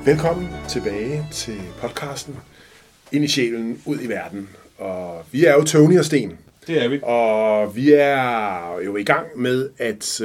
Velkommen tilbage til podcasten Ind i sjælen, ud i verden. Og vi er jo Tony og Sten. Det er vi. Og vi er jo i gang med at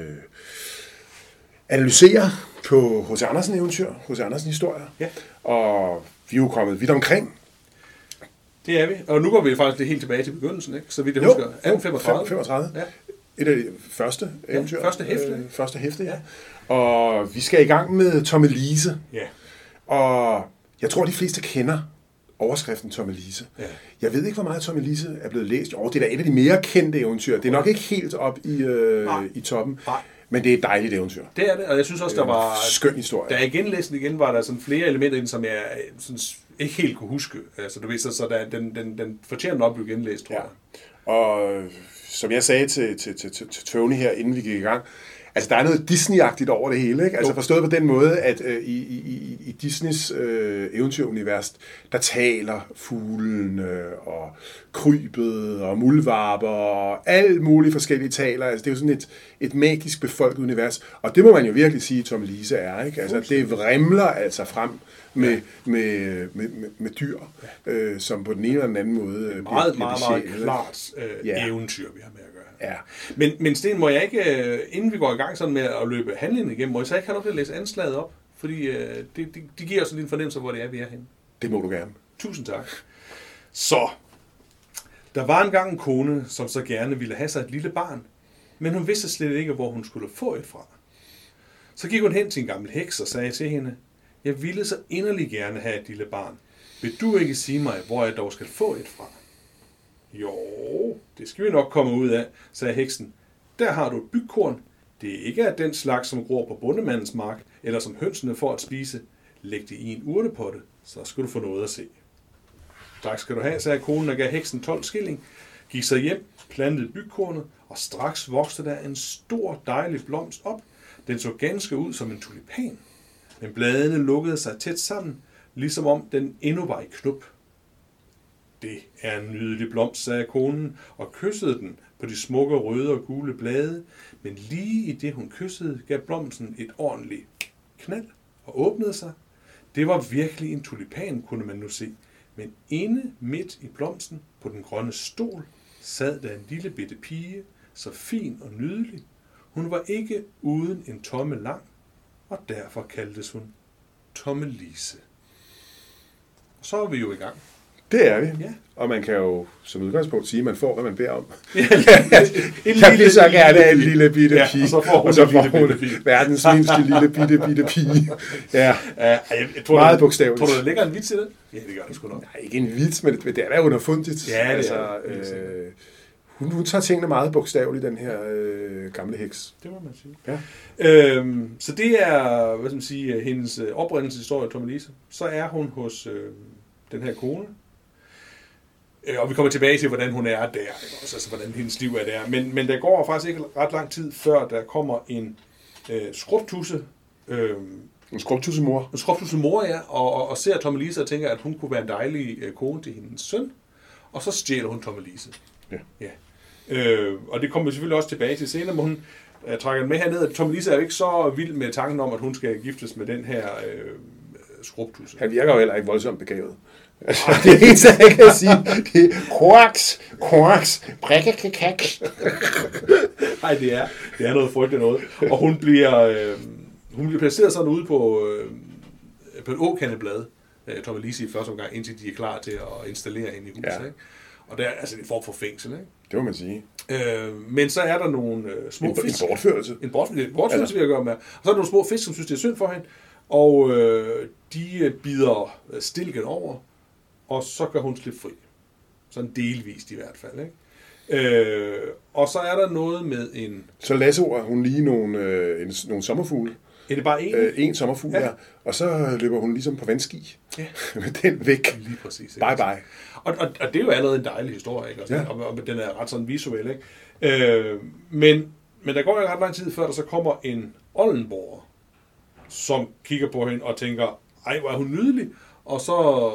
analysere på H.C. Andersen eventyr, H.C. Andersen historier. Ja. Og vi er jo kommet vidt omkring. Det er vi. Og nu går vi faktisk lidt helt tilbage til begyndelsen, ikke? Så vidt jeg husker. 1835. 35. Ja. Et af de første eventyr. Første hæfte. Første hæfte, ja. Og vi skal i gang med Tommelise. Ja. Og jeg tror, de fleste kender overskriften Tommelise. Ja. Jeg ved ikke, hvor meget Tommelise er blevet læst. Det er da et af de mere kendte eventyr. Det er nok ikke helt op i toppen. Nej. Men det er et dejligt eventyr. Det er det, og jeg synes også, der var... Skøn historie. Da jeg genlæste igen, var der sådan flere elementer i den, som jeg sådan, ikke helt kunne huske. Altså, du ved, så der, den fortjener at blive genlæst, tror jeg. Og som jeg sagde til Tony her, inden vi gik i gang, altså, der er noget Disney-agtigt over det hele, ikke? Altså, forstået på den måde, at i Disneys eventyrunivers, der taler fuglene og krybet og muldvarper og alle mulige forskellige taler. Altså, det er jo sådan et magisk befolket univers. Og det må man jo virkelig sige, Tommelise er, ikke? Altså, det vrimler altså frem med dyr, som på den ene eller den anden måde meget klart eventyr, vi har med at gøre. Ja. Men Sten, må jeg ikke, inden vi går i gang sådan med at løbe handlingen igennem, må jeg så ikke have lov til at læse anslaget op? Fordi de giver os en fornemmelse af, hvor det er, vi er henne. Det må du gerne. Tusind tak. Så, der var engang en kone, som så gerne ville have sig et lille barn, men hun vidste slet ikke, hvor hun skulle få et fra. Så gik hun hen til en gammel heks og sagde til hende, jeg ville så inderligt gerne have et lille barn. Vil du ikke sige mig, hvor jeg dog skal få et fra? Jo, det skal vi nok komme ud af, sagde heksen. Der har du et bygkorn. Det er ikke af den slags, som gror på bondemandens mark, eller som hønsene får at spise. Læg det i en urtepotte, så skal du få noget at se. Tak skal du have, sagde konen og gav heksen 12 skilling. Gik så hjem, plantede bygkornet, og straks voksede der en stor, dejlig blomst op. Den så ganske ud som en tulipan. Men bladene lukkede sig tæt sammen, ligesom om den endnu var i knop. Det er en nydelig blomst, sagde konen, og kyssede den på de smukke røde og gule blade. Men lige i det hun kyssede, gav blomsten et ordentligt knald og åbnede sig. Det var virkelig en tulipan, kunne man nu se. Men inde midt i blomsten, på den grønne stol, sad der en lille bitte pige, så fin og nydelig. Hun var ikke uden en tomme lang, og derfor kaldtes hun Tommelise. Og så er vi jo i gang. Det er vi. Ja. Og man kan jo som udgangspunkt sige, at man får, hvad man beder om. Jeg vil så gerne have en lille bitte pige. Og så får hun verdens mindste lille bitte pige. Ja, jeg tror, meget bogstaveligt. Tror du, der ligger en vits i det? Ja, det gør det sgu nok. Nej, ikke en vits, men det er da underfundigt. Ja, det er hun tager tingene meget bogstaveligt, den her gamle heks. Det må man sige. Ja. Så det er, hvad skal man sige, hendes oprindelseshistorie, Tommelise. Så er hun hos den her kone. Og vi kommer tilbage til, hvordan hun er der, altså hvordan hendes liv er der. Men der går faktisk ikke ret lang tid, før der kommer en skrubtusse. En skrubtussemor. En skrubtussemor, ja, og ser Tommelise og tænker, at hun kunne være en dejlig kone til hendes søn. Og så stjæler hun Tommelise. Ja. Og det kommer vi selvfølgelig også tilbage til senere, men hun trækker den med herned, at Tommelise er jo ikke så vild med tanken om, at hun skal giftes med den her skrubtusse. Han virker jo heller ikke voldsomt begavet. Altså, det er eneste, jeg kan sige. Det er koraks, brækkekak. Nej, det er noget frygteligt noget. Og hun bliver placeret sådan ude på et åkandeblad, Tommelise i første omgang, indtil de er klar til at installere hende i huset. Ja. Ikke? Og det er altså en form for fængsel, ikke? Det må man sige. Men så er der nogle små fisk. En bortførelse. En bortførelse, vi har gøre med. Og så er der nogle små fisk, som synes, det er synd for hende. Og de bider stilken over, og så kan hun slippe fri. Sådan delvist i hvert fald, ikke? Og så er der noget med en... Så lasser hun lige nogle sommerfugle. Er det bare én? En sommerfugl, ja. Og så løber hun ligesom på vandski. Ja. Med den væk. Lige præcis. Bye bye. Og det er jo allerede en dejlig historie, ikke? Og den er ret sådan visuel, ikke? Men der går ikke ret lang tid, før der så kommer en oldenborger, som kigger på hende og tænker, ej, hvor er hun nydelig. Og så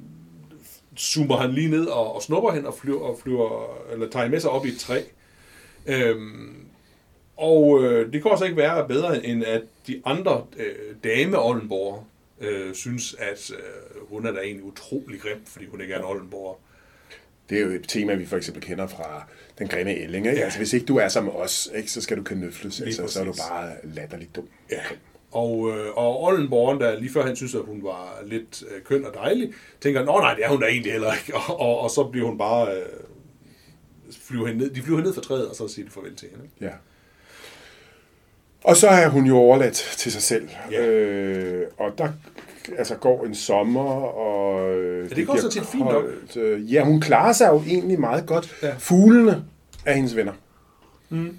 zoomer han lige ned og snupper hende og flyver, eller tager med sig op i et træ. Og det kan også ikke være bedre, end at de andre dame-oldenborgere, synes, at hun er da egentlig utrolig grim, fordi hun ikke er en Oldenborg. Det er jo et tema, vi for eksempel kender fra Den grimme ælling. Ikke? Ja. Altså, hvis ikke du er som os, ikke, så skal du kanøfles. Altså, så er du bare latterligt dum. Ja. Og Oldenborgen, der lige før han synes, at hun var lidt køn og dejlig, tænker, nej, det er hun da egentlig heller ikke. Og så bliver hun bare... de flyver hende ned fra træet, og så siger de farvel til hende. Ja. Og så er hun jo overladt til sig selv. Ja. Og der går en sommer, og... det går så til et fint nok. Ja, hun klarer sig jo egentlig meget godt. Ja. Fuglene er hendes venner. Mm.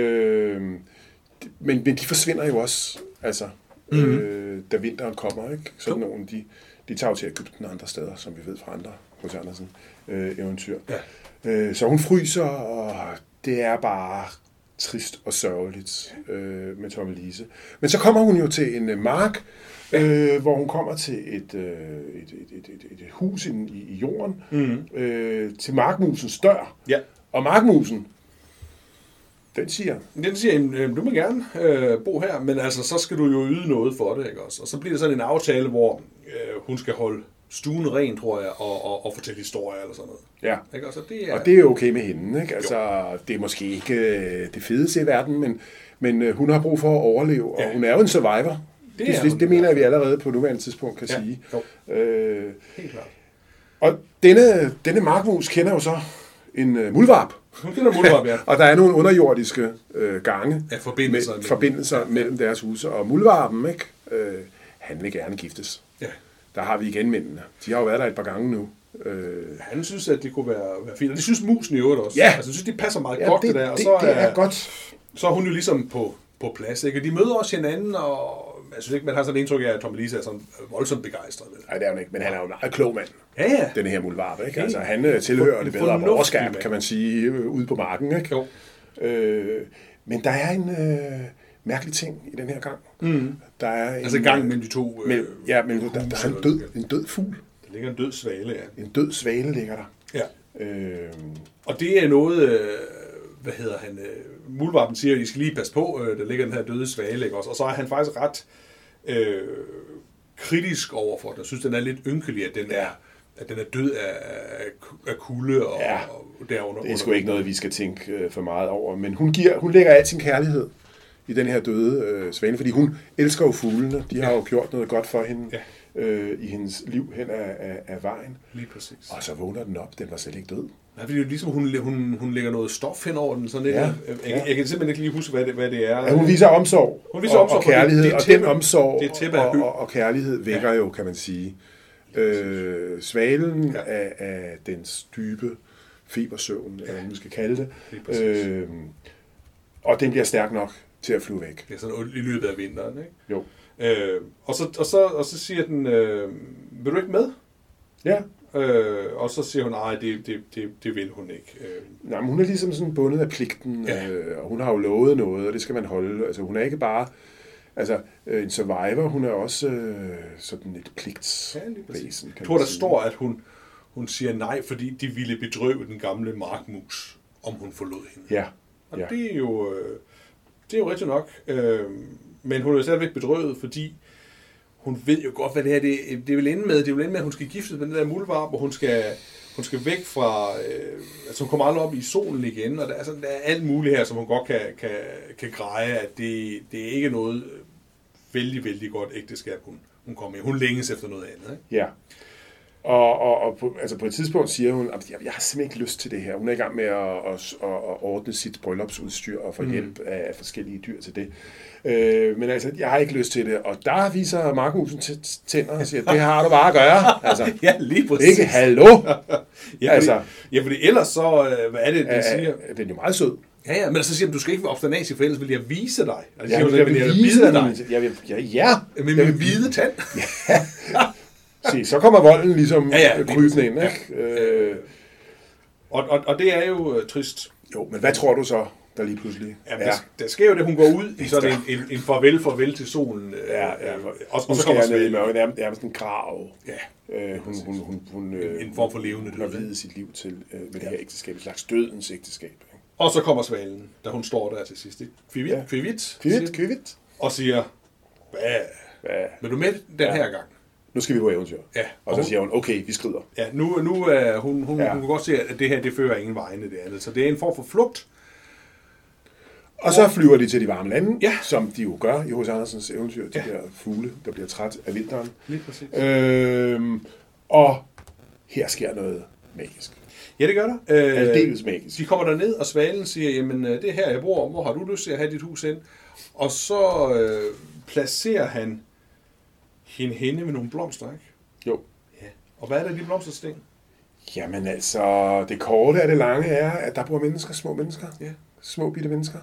Men de forsvinder jo også, da vinteren kommer, ikke? Sådan nogle, de tager jo til Egypten og andre steder, som vi ved fra andre H.C. Andersen eventyr. Ja. Så hun fryser, og det er bare trist og sørgeligt med Tommelise. Men så kommer hun jo til en mark, hvor hun kommer til et hus i jorden, til markmusens dør. Ja. Og markmusen, den siger, du må gerne bo her, men altså, så skal du jo yde noget for det, ikke også? Og så bliver det sådan en aftale, hvor hun skal holde stuen ren, tror jeg, og fortælle historier eller sådan noget. Ja, ikke? Altså, og det er jo okay med hende, ikke? Altså, det er måske ikke det fedeste i verden, men hun har brug for at overleve, og hun er jo en survivor. Det mener jeg, vi allerede på nuværende tidspunkt kan sige. Helt klart. Og denne markmus kender jo så en muldvarp. Hun kender muldvarp, ja. Og der er nogle underjordiske gange, forbindelser mellem deres huse. Og muldvarpen, ikke? Han vil gerne giftes. Ja. Der har vi igen mændene. De har jo været der et par gange nu. Han synes, at det kunne være fint. Og det synes musen i øvrigt også. Ja. Altså, jeg synes, de passer meget godt det der. Og så det er godt. Så er hun jo ligesom på plads, ikke? Og de møder også hinanden, og jeg synes ikke, man har sådan et indtryk af, at Tommelise er sådan voldsomt begejstret. Nej, det er hun ikke, men han er jo en meget klog mand. Ja. Den her muldvarp, ikke? Altså, han tilhører det bedre borgerskab, kan man sige, ude på marken, ikke? Jo. Men der er en mærkelig ting i den her gang. Mm. Der er en, altså gang mellem de to... men der er en død fugl. Der ligger en død svale, ja. En død svale ligger der. Ja. Og det er noget... muldvarpen siger, at I skal lige passe på, der ligger den her døde svale, ikke også? Og så er han faktisk ret kritisk overfor den. Jeg synes, den er lidt ynkelig, at den er død af kulde og derunder. Det er sgu ikke noget, vi skal tænke for meget over, men hun lægger al sin kærlighed i den her døde svane, fordi hun elsker jo fuglene. De har jo gjort noget godt for hende i hendes liv hen af vejen. Lige præcis. Og så vågner den op. Den var slet ikke død. Nej, fordi ligesom hun lægger noget stof hen over den. Sådan lidt. Jeg kan simpelthen ikke lige huske, hvad det er. Ja, hun viser omsorg, og kærlighed. Og den omsorg og kærlighed vækker jo, kan man sige, svalen af dens dybe febersøvn, eller hvad man skal kalde det. Og den bliver stærk nok til at flyve væk. Ja, sådan i løbet af vinteren, ikke? Jo. Og så siger den, vil du ikke med? Ja. Og så siger hun, nej, det vil hun ikke. Nej, men hun er ligesom sådan bundet af pligten, og hun har jo lovet noget, og det skal man holde. Altså, hun er ikke bare en survivor, hun er også sådan et pligtsvæsen. Jeg tror, der står, at hun siger nej, fordi de ville bedrøve den gamle markmus, om hun forlod hende. Ja. Og det er jo rigtig nok. Men hun er jo stadigvæk bedrøvet, fordi hun ved jo godt, hvad det her det vil ende med. Det vil ende med, at hun skal giftes med den der muldvarp, og hun skal væk fra... hun kommer aldrig op i solen igen, og der er alt muligt her, som hun godt kan greje, at det er ikke noget vældig, vældig godt ægteskab, hun kommer i. Hun længes efter noget andet, ikke? Ja. Og på et tidspunkt siger hun, at jeg har simpelthen ikke lyst til det her. Hun er i gang med at ordne sit bryllupsudstyr og få hjælp af forskellige dyr til det. Men altså, jeg har ikke lyst til det. Og der viser markmusen tænder og siger, det har du bare at gøre. Altså, ja, lige præcis. Ikke hallo. Fordi ellers så, hvad er det, den siger? Den er jo meget sød. Ja, men så siger den, du skal ikke være obstinatisk, for ellers vil jeg vise dig. Altså, jeg vil vise dig. Med min hvide tand. Ja. Se, så kommer volden ligesom krybende ind, ikke? Og det er jo trist. Jo, men hvad tror du så, der lige pludselig der sker jo det, hun går ud i sådan en farvel til solen. Og så kommer svalen. Det er sådan en grav. Ja. Hun en form for levende død. Hun har videt sit liv til med det her ægteskab, et slags dødens ægteskab. Og så kommer svalen, da hun står der til sidst. Kvivit. Og siger, Men du er med den her gang? Nu skal vi på eventyr. Ja. Og så siger hun, okay, vi skrider. Ja, nu er hun kan godt se, at det her, det fører ingen vegne, det andet. Så det er en form for flugt. Og så flyver de til de varme lande, ja. som de jo gør i H.C. Andersens eventyr. De der fugle, der bliver træt af vinteren. Lige præcis. Og her sker noget magisk. Ja, det gør der. Aldeles magisk. De kommer derned, og svalen siger, jamen, det er her, jeg bor. Hvor har du lyst til at have dit hus hen? Og så placerer han hende ved nogle blomster, ikke? Jo. Ja. Og hvad er der de blomster, Sten? Jamen altså, det korte af det lange er, at der bor mennesker, små mennesker. Ja. Små bitte mennesker.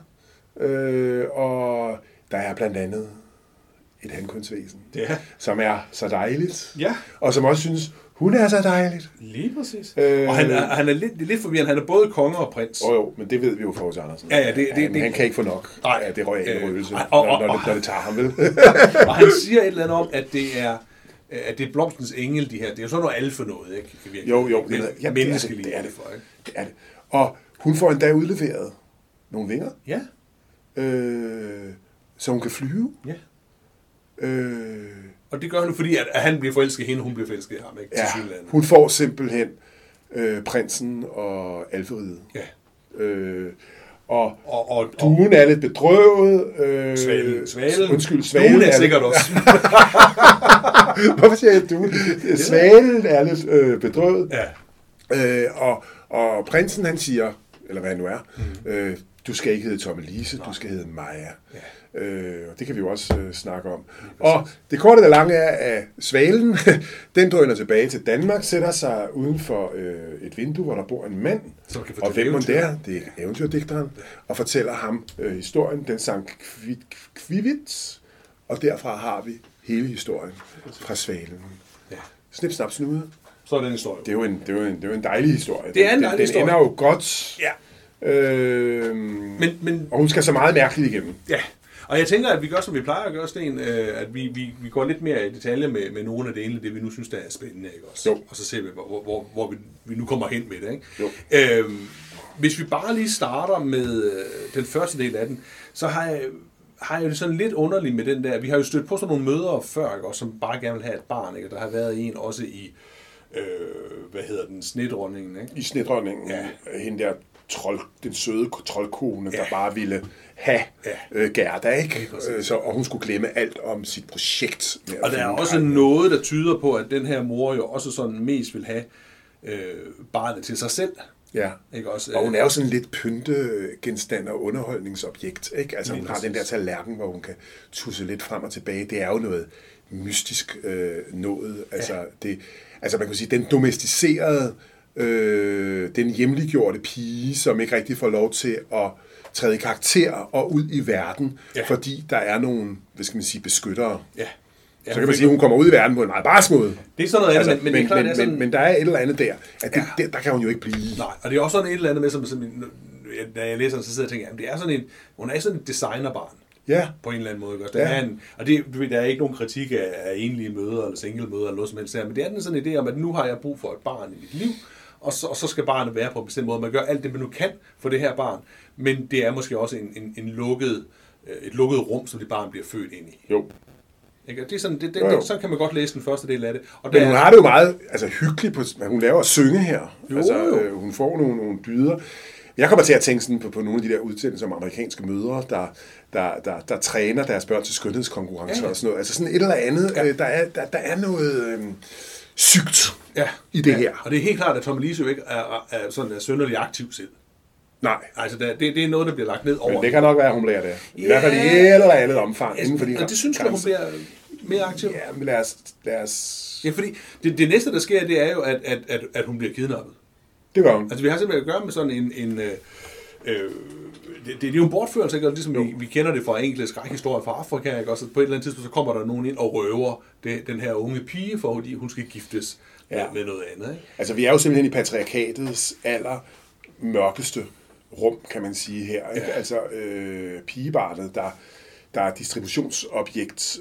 Og der er blandt andet et hankønsvæsen, som er så dejligt. Ja. Og som også synes, hun er så dejligt. Lige præcis. Og han er lidt forvirrende. Han er både konge og prins. Jo, men det ved vi jo for H.C. Andersen. Ja, han kan ikke få nok af det royale røgelse, når det tager ham, vel? Og han siger et eller andet om, at det er blomstens engel, de her. Det er jo sådan noget alfa noget, ikke? Jo. Menneskelige. Det er det. Og hun får endda udleveret nogle vinger. Ja. Så hun kan flyve. Ja. Og det gør han, fordi at han bliver forelsket i hende, hun bliver forelsket i ham, ikke? Ja, hun får simpelthen prinsen og alferiet. Ja. Og duen er lidt bedrøvet. Svalen. Undskyld, svalen duen er sikkert også. Hvorfor siger jeg duen? Svalen er lidt bedrøvet. Ja. Og prinsen, han siger, eller hvad han nu er, du skal ikke hedde Tommelise, du skal hedde Maja. Ja. Og det kan vi jo også snakke om. Og det korte og lange er, at svalen, den drøner tilbage til Danmark, sætter sig uden for et vindue, hvor der bor en mand. Og hvem er der? Det er eventyrdigteren. Og fortæller ham historien, den sang Kvivits. Og derfra har vi hele historien fra svalen. Ja. Snip, snap, snude. Så er den historie. Det er jo en dejlig historie. Det er en dejlig historie. Den ender jo godt. Ja. Og hun skal så meget mærkeligt igennem. Ja, og jeg tænker, at vi gør, som vi plejer at gøre, Sten, at vi går lidt mere i detalje med nogle af det vi nu synes, der er spændende, ikke også? Jo. Og så ser vi, hvor vi nu kommer hen med det, ikke? Jo. Hvis vi bare lige starter med den første del af den, så har jeg det sådan lidt underligt med den der. Vi har jo stødt på sådan nogle mødre før, ikke også, som bare gerne vil have et barn, ikke? Der har været en også i, Snedronningen, ikke? I Snedronningen, ja. Hende der den søde troldkone, der bare ville have Gerda, ikke? Og hun skulle glemme alt om sit projekt. Og der er også noget, der tyder på, at den her mor jo også sådan mest vil have barnet til sig selv. Ja, ikke også? Og hun er jo sådan lidt pyntegenstand og underholdningsobjekt, ikke? Altså hun har den der tallerken, hvor hun kan tusse lidt frem og tilbage. Det er jo noget mystisk noget. Altså man kan sige, den domesticerede den hjemliggjorte pige, som ikke rigtig får lov til at træde i karakter og ud i verden, fordi der er nogle, hvad skal man sige, beskyttere. Ja. Ja, så kan man sige, at hun kommer ud i verden på en meget barsk måde. Det er sådan noget andet, men det er klart, det er sådan... men der er et eller andet der, at der kan hun jo ikke blive. Nej, og det er også sådan et eller andet med, som da jeg læser den, så sidder jeg og tænker, jamen det er sådan hun er sådan et designerbarn. Ja. På en eller anden måde. Der er og der er ikke nogen kritik af enlige mødre eller single mødre eller noget som helst der, men det er sådan en idé om, at nu har jeg brug for et barn i mit liv, og så skal barnet være på en bestemt måde. Man gør alt det, man nu kan for det her barn, men det er måske også et lukket rum, som det barn bliver født ind i. Jo. Ikke? Det er sådan, sådan kan man godt læse den første del af det. Og men hun har det jo meget hyggeligt, hun laver at synge her. Hun får nogle dyder. Jeg kommer til at tænke sådan på nogle af de der udsendelser om amerikanske mødre, der træner deres børn til skønhedskonkurrencer og sådan noget. Altså sådan et eller andet. Ja. Der er noget sygt i det her. Og det er helt klart, at Tommelise jo ikke er synderligt aktiv selv. Nej. Altså, det er noget, der bliver lagt ned over. Men det kan nok være, at hun lærer det. I hvert fald i et eller andet omfang. Inden for de og det synes jeg, hun bliver mere aktiv. Ja, men lad os... Ja, fordi det næste, der sker, det er jo, at hun bliver kidnappet. Det gør hun. Altså, vi har simpelthen at gøre med sådan det er jo en bortførelse, ikke? Ligesom vi kender det fra enkelte skrækhistorier fra Afrika, ikke? Også på et eller andet tidspunkt, så kommer der nogen ind og røver den her unge pige, fordi hun skal giftes med noget andet. Ikke? Altså, vi er jo simpelthen i patriarkatets allermørkeste rum, kan man sige her. Ikke? Altså, pigebarnet, der er distributionsobjekt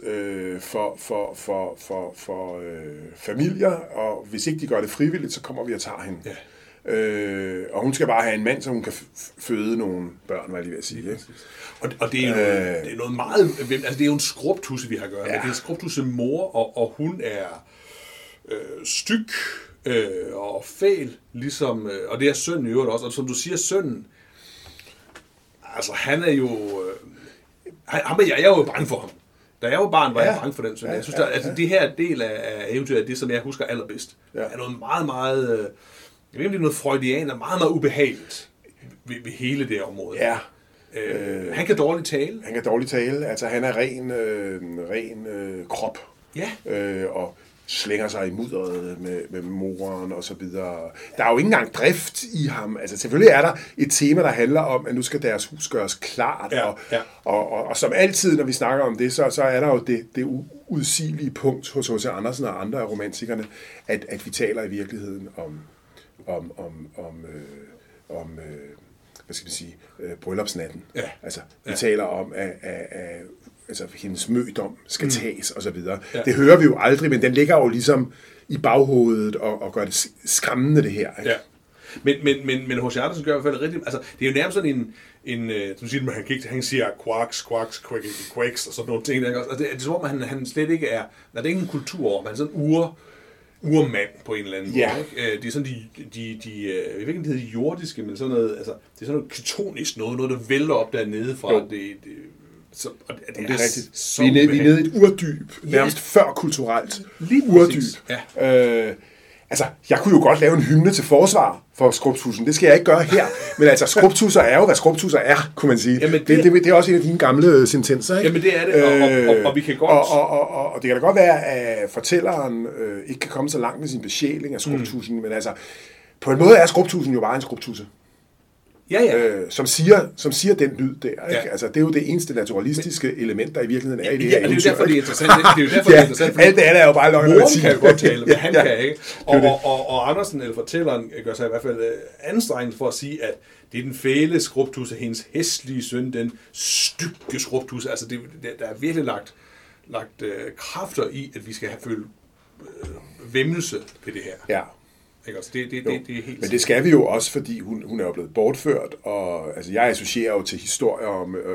for familier, og hvis ikke de gør det frivilligt, så kommer vi og tager hende. Ja. Og hun skal bare have en mand, så hun kan føde nogle børn, var jeg lige ved at sige. Ikke? Og det er jo det er noget meget... Altså, det er jo en skrubtusse, vi har at gøre med. Det er en skrubtusse mor, og hun er styg og fæl, ligesom... og det er sønnen i øvrigt også. Og som du siger, sønnen... Altså, han er jo... jeg er jo bange for ham. Da jeg var barn, var jeg bange for den søn. Jeg synes, at det her del af eventyret er det, som jeg husker allerbedst. Det er noget meget, meget... Jeg ved ikke, om det er noget freudianer, meget, meget ubehageligt ved hele det område. Ja. Han kan dårligt tale. Han kan dårligt tale. Altså, han er ren krop. Ja. Og slænger sig i mudderet med moren og så videre. Der er jo ikke engang drift i ham. Altså, selvfølgelig er der et tema, der handler om, at nu skal deres hus gøres klart. Og som altid, når vi snakker om det, så er der jo det udsigelige punkt hos H.C. Andersen og andre af romantikerne, at vi taler i virkeligheden om hvad skal vi sige, bryllupsnatten. Ja. Altså, vi taler om, at hendes mødom skal tages, og så videre. Ja. Det hører vi jo aldrig, men den ligger jo ligesom i baghovedet og gør det skræmmende, det her. Ikke? Ja. Men H.C. Andersen gør i hvert fald rigtigt... Altså, det er jo nærmest sådan du siger, han siger quacks, quakes og sådan nogle ting. Ikke? Altså, det er som om, han slet ikke er... Der er ikke en kultur over, han er sådan en urmand på en eller anden måde. Ikke? Det er sådan jeg ved ikke, om det hedder jordiske, men sådan noget, altså, det er sådan noget ketonisk noget, der vælter op dernede fra. Det er rigtigt. Vi er nede i et urdyb, nærmest før kulturelt. Urdyb. Ja. Altså, jeg kunne jo godt lave en hymne til forsvar for skrubtussen. Det skal jeg ikke gøre her. Men altså, skrubtusser er jo, hvad skrubtusser er, kunne man sige. Jamen, det er også en af dine gamle sentenser, ikke? Jamen, det er det, og vi kan godt... Og det kan da godt være, at fortælleren ikke kan komme så langt med sin besjæling af skrubtussen, men altså, på en måde er skrubtussen jo bare en skrubtusse. Som siger den lyd der. Ikke? Ja. Altså, det er jo det eneste naturalistiske element, der i virkeligheden er i det her eventyr. Det er jo derfor, det er interessant. Det er jo derfor, det er interessant. Alt det andet er jo bare løgn. Moren kan jo godt tale, men han kan ikke. Og Andersen, eller fortælleren, gør sig i hvert fald anstrengt for at sige, at det er den fæle skrubtusse, hendes hæslige søn, den stygge skrubtusse. Altså, der er virkelig lagt kræfter i, at vi skal have følt væmmelse ved det her. Ja. Ikke? Altså, det er helt... Men det skal vi jo også, fordi hun er jo blevet bortført, og altså, jeg associerer jo til historier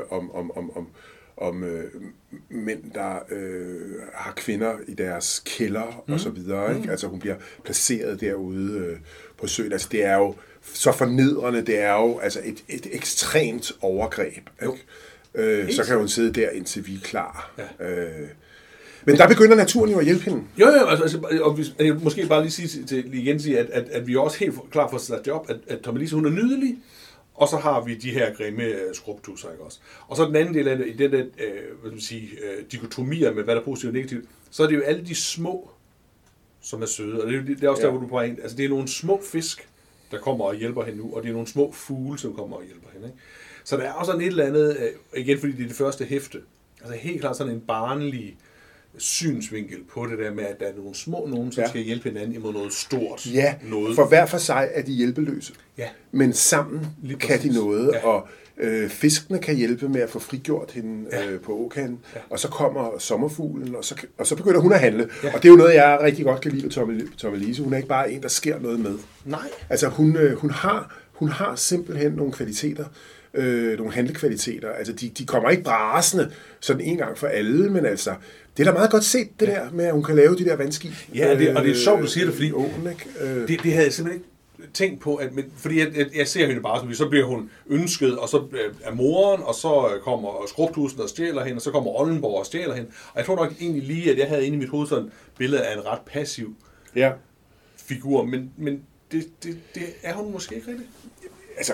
om mænd, der har kvinder i deres kælder og så videre. Ikke? Altså, hun bliver placeret derude på søen. Altså, det er jo så fornedrende, det er jo altså et ekstremt overgreb. Ikke? Så kan hun sidde der, indtil vi er klar. Ja. Men der begynder naturen jo at hjælpe hende. Jo, og jeg måske bare lige sige, at vi er også helt klar for at sætte job, at Tommelise, hun er nydelig, og så har vi de her grimme skrubtusser, ikke også? Og så den anden del af det, i den der, dikotomier med, hvad der er positivt og negativt, så er det jo alle de små, som er søde, og det er også der, hvor du på en. Altså, det er nogle små fisk, der kommer og hjælper hende nu, og det er nogle små fugle, som kommer og hjælper hende, ikke? Så der er også sådan et eller andet, igen fordi det er det første hæfte, altså helt klart sådan en barnlig synsvinkel på det der med, at der er nogle små nogen, som skal hjælpe hinanden imod noget stort. Ja, noget. For hver for sig er de hjælpeløse. Ja. Men sammen kan de noget, og fiskene kan hjælpe med at få frigjort hende på åkanden, og så kommer sommerfuglen, og så begynder hun at handle. Ja. Og det er jo noget, jeg rigtig godt kan lide ved Tommelise. Hun er ikke bare en, der sker noget med. Nej. Altså, hun har simpelthen nogle kvaliteter, nogle handlekvaliteter. Altså, de kommer ikke brasende sådan en gang for alle, men altså, det er da meget godt set, det der med, at hun kan lave de der vandskib. Ja, og det er sjovt, du siger det, fordi det havde jeg simpelthen ikke tænkt på, fordi jeg ser hende bare sådan, så bliver hun ønsket, og så er moren, og så kommer skrubtusen og stjæler hende, og så kommer Oldenborg og stjæler hende. Og jeg tror nok egentlig lige, at jeg havde inde i mit hoved sådan et billede af en ret passiv figur, men det er hun måske ikke rigtigt. Altså,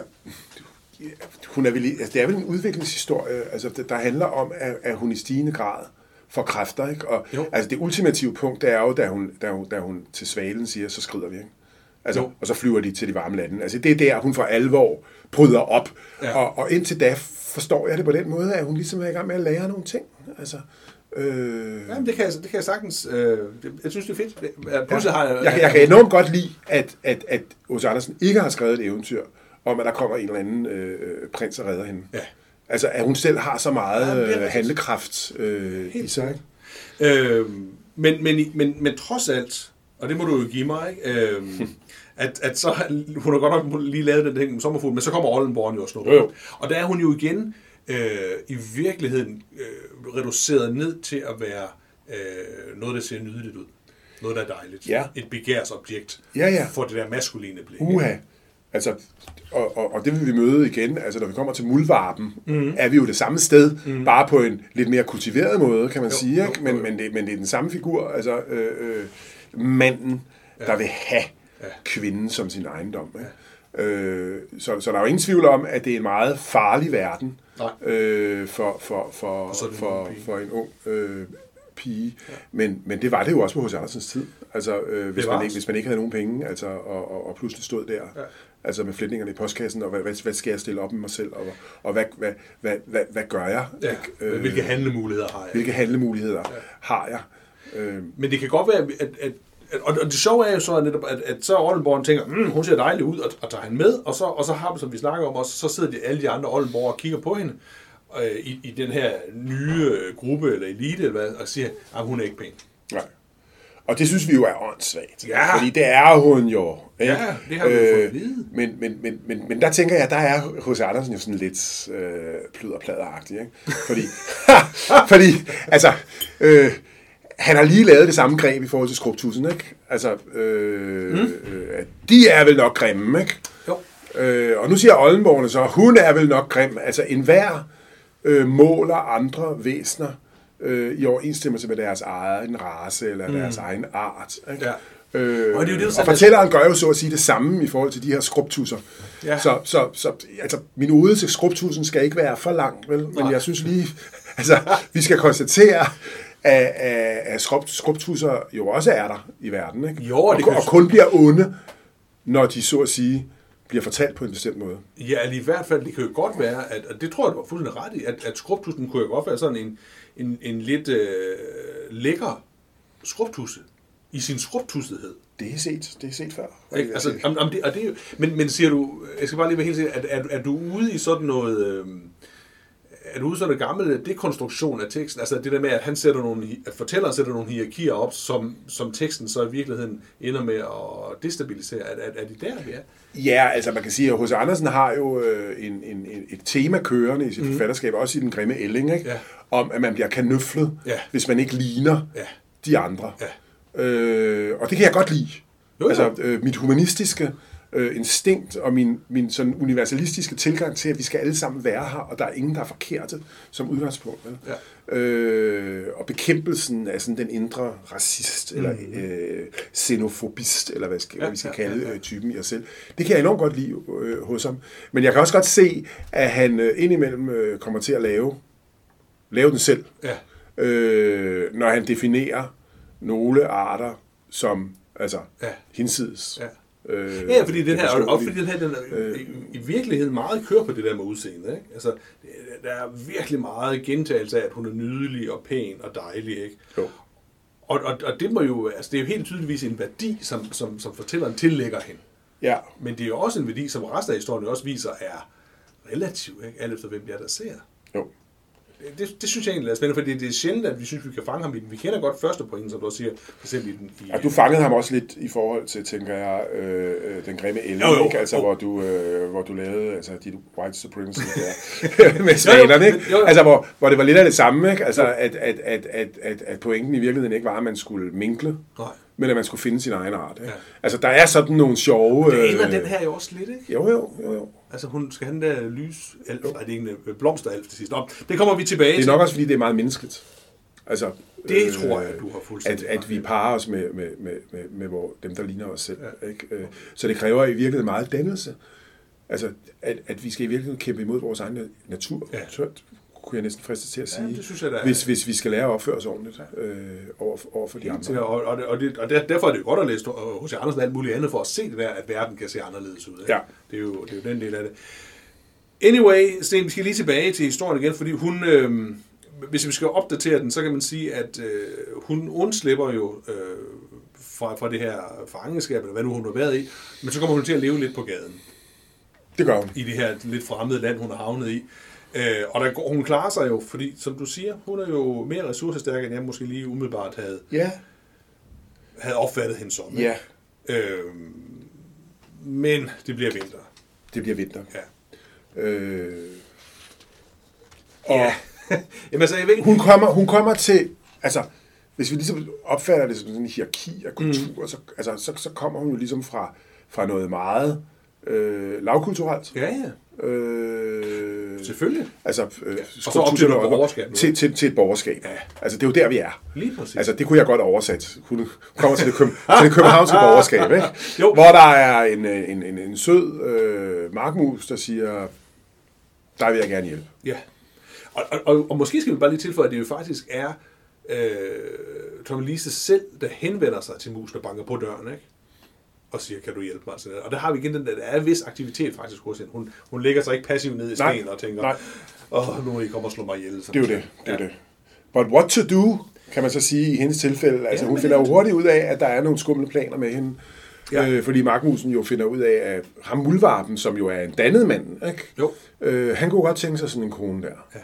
det er vel en udviklingshistorie, altså, der handler om, at hun i stigende grad får kræfter, ikke? Og altså, det ultimative punkt, det er jo, da hun til svalen siger, så skrider vi, ikke? Altså, og så flyver de til de varme lande. Altså, det er der, hun for alvor bryder op. Ja. Og indtil da forstår jeg det på den måde, at hun ligesom er i gang med at lære nogle ting. Altså, Jamen, det kan jeg sagtens. Jeg synes, det er fedt. Jeg kan enormt godt lide, at H.C. Andersen ikke har skrevet et eventyr om, at der kommer en eller anden prins og redder hende. Ja. Altså, at hun selv har så meget handlekraft i sig. Men trods alt, og det må du jo give mig, ikke? At så, hun har godt nok lige lavet den ting med sommerfuglen, men så kommer Oldenborn jo og snupper. Og der er hun jo igen i virkeligheden reduceret ned til at være noget, der ser nydeligt ud. Noget, der er dejligt. Ja. Et begærsobjekt for det der maskuline blik. Altså, og det vil vi møde igen, altså når vi kommer til muldvarpen, er vi jo det samme sted, bare på en lidt mere kultiveret måde, kan man sige, ikke? Men det er den samme figur, altså manden, der vil have kvinden som sin ejendom. Ikke? Så der er jo ingen tvivl om, at det er en meget farlig verden for en ung pige, men det var det jo også på H.C. Andersens tid. Altså, hvis man ikke havde nogen penge, altså, og pludselig stod der, altså med flætningerne i postkassen, og hvad skal jeg stille op med mig selv, og hvad gør jeg? Hvilke handlemuligheder har jeg? Hvilke handlemuligheder har jeg? Men det kan godt være, og det sjove er jo så netop, at så Oldenborg tænker, hun ser dejlig ud, og tager hende med, og så har vi, som vi snakker om også, så sidder alle de andre Oldenborg og kigger på hende, i den her nye gruppe, eller elite, eller hvad, og siger, at hun er ikke pæn. Nej. Og det synes vi jo er åndssvagt. Ja. Fordi det er hun jo. Ikke? Ja, det har vi jo fået at vide. Men der tænker jeg, der er H.C. Andersen jo sådan lidt pludderpladeragtig. Ikke? Fordi altså, han har lige lavet det samme greb i forhold til Skrubtussen, ikke? Altså, de er vel nok grimme, ikke? Jo. Og nu siger Oldenborgerne så, hun er vel nok grim. Altså, enhver måler andre væsener i overensstemmelse med deres egen race eller deres egen art. Ikke? Ja. Og fortælleren gør jo så at sige det samme i forhold til de her skrubtusser. Ja. Så altså, min ode til Skrubtussen skal ikke være for lang, vel? Men jeg synes lige, altså, vi skal konstatere, at skrubtusser jo også er der i verden, ikke? Jo, og kun bliver onde, når de så at sige bliver fortalt på en bestemt måde. Ja, eller i hvert fald, det kan jo godt være, at, og det tror jeg, du var fuldstændig ret i, at skrubtussen kunne jo godt være sådan en lidt lækker skrubtusse i sin skrubtussethed. Det er set før. Altså, men siger du, jeg skal bare lige være helt sikker, er du ude i sådan noget, er du ude i sådan en gammel dekonstruktion af teksten, altså det der med, at fortælleren sætter nogle hierarkier op, som teksten så i virkeligheden ender med at destabilisere, er det der, vi er? Ja, altså man kan sige, at H.C. Andersen har jo et tema kørende i sit forfatterskab, også i Den grimme ælling, ikke? Ja. Om at man bliver kanøflet, hvis man ikke ligner de andre. Ja. Og det kan jeg godt lide. Jo. Altså mit humanistiske instinkt og min sådan universalistiske tilgang til, at vi skal alle sammen være her, og der er ingen, der er forkerte som udgangspunkt. Ja. Og bekæmpelsen af sådan den indre racist, eller xenofobist, eller hvad vi skal kalde typen i os selv. Det kan jeg enormt godt lide hos ham. Men jeg kan også godt se, at han indimellem kommer til at lave den selv. Ja. Når han definerer nogle arter som hinsides. Ja. Ja, fordi den her, den i virkeligheden meget kører på det der med udseende, ikke? Altså, der er virkelig meget gentagelse af, at hun er nydelig og pæn og dejlig, ikke? Jo. Og det må jo, altså det er jo helt tydeligvis en værdi, som fortælleren tillægger hende. Ja. Men det er jo også en værdi, som resten af historien også viser, er relativ, ikke? Alt efter hvem det er, der ser. Jo. Det synes jeg egentlig er spændende, for det er sjældent, at vi synes, vi kan fange ham i den. Vi kender godt første pointe, som du siger, for eksempel i den. Ja, du fangede ham også lidt i forhold til, tænker jeg, Den grimme ælling, ikke? Altså, hvor du lavede altså, dit white supremacy der, med svanerne, ikke? Altså, hvor det var lidt af det samme, ikke? Altså, at pointen i virkeligheden ikke var, at man skulle minkle, men at man skulle finde sin egen art. Ikke? Ja. Altså, der er sådan nogle sjove... Det ender den her jo også lidt, ikke? Jo. Altså, hun skal have den der lysalf, nej, det er ikke en blomsteralf til sidst. Nå, det kommer vi tilbage til. Det er nok også, fordi det er meget menneskeligt. Altså, det tror jeg, du har fuldstændig at vi parer os med dem, der ligner os selv. Ja. Ikke? Så det kræver i virkeligheden meget dannelse. Altså, at vi skal i virkeligheden kæmpe imod vores egen natur. Ja. Kunne jeg næsten friste til at sige, det synes jeg, hvis vi skal lære at opføre os ordentligt over for de andre. Og derfor er det jo godt at læse H.C. Andersen og alt muligt andet for at se det der, at verden kan se anderledes ud. Ikke? Ja. Det er jo den del af det. Anyway, Sten, vi skal lige tilbage til historien igen, fordi hun, hvis vi skal opdatere den, så kan man sige, at hun undslipper jo fra det her fangenskab, eller hvad nu hun har været i, men så kommer hun til at leve lidt på gaden. Det gør hun. I det her lidt fremmede land, hun har havnet i. Og hun klarer sig jo, fordi som du siger, hun er jo mere ressourcestærk, end jeg måske lige umiddelbart havde havde opfattet hende som. Ja. Men det bliver vinter. Det bliver vinter. Ja. Og Jamen, altså, jeg ved ikke... hun kommer til, altså, hvis vi ligesom opfatter det som sådan en hierarki af kultur, så kommer hun jo ligesom fra noget meget lavkulturelt. Ja. Selvfølgelig. Altså, og så op til noget borgerskab. Til et borgerskab. Ja. Altså, det er jo der, vi er. Lige præcis. Altså, det kunne jeg godt oversætte. Hun kommer til det københavnske borgerskab, ikke? Jo. Hvor der er en sød markmus, der siger, der vil jeg gerne hjælpe. Ja. Og måske skal vi bare lige tilføje, at det jo faktisk er Tommelise selv, der henvender sig til musen og banker på døren, ikke? Og siger, kan du hjælpe mig? Og der har vi igen den der, der er en vis aktivitet faktisk hos hende. Hun lægger sig ikke passivt ned i stenen og tænker, nu må I komme og slå mig ihjel. Det er jo det. Det er det. But what to do, kan man så sige i hendes tilfælde. Altså, hun finder jo hurtigt ud af, at der er nogle skumle planer med hende. Ja. Fordi markmusen jo finder ud af, at ham muldvarpen, som jo er en dannet mand, ikke? Jo. Han kunne godt tænke sig sådan en kone der. Ja.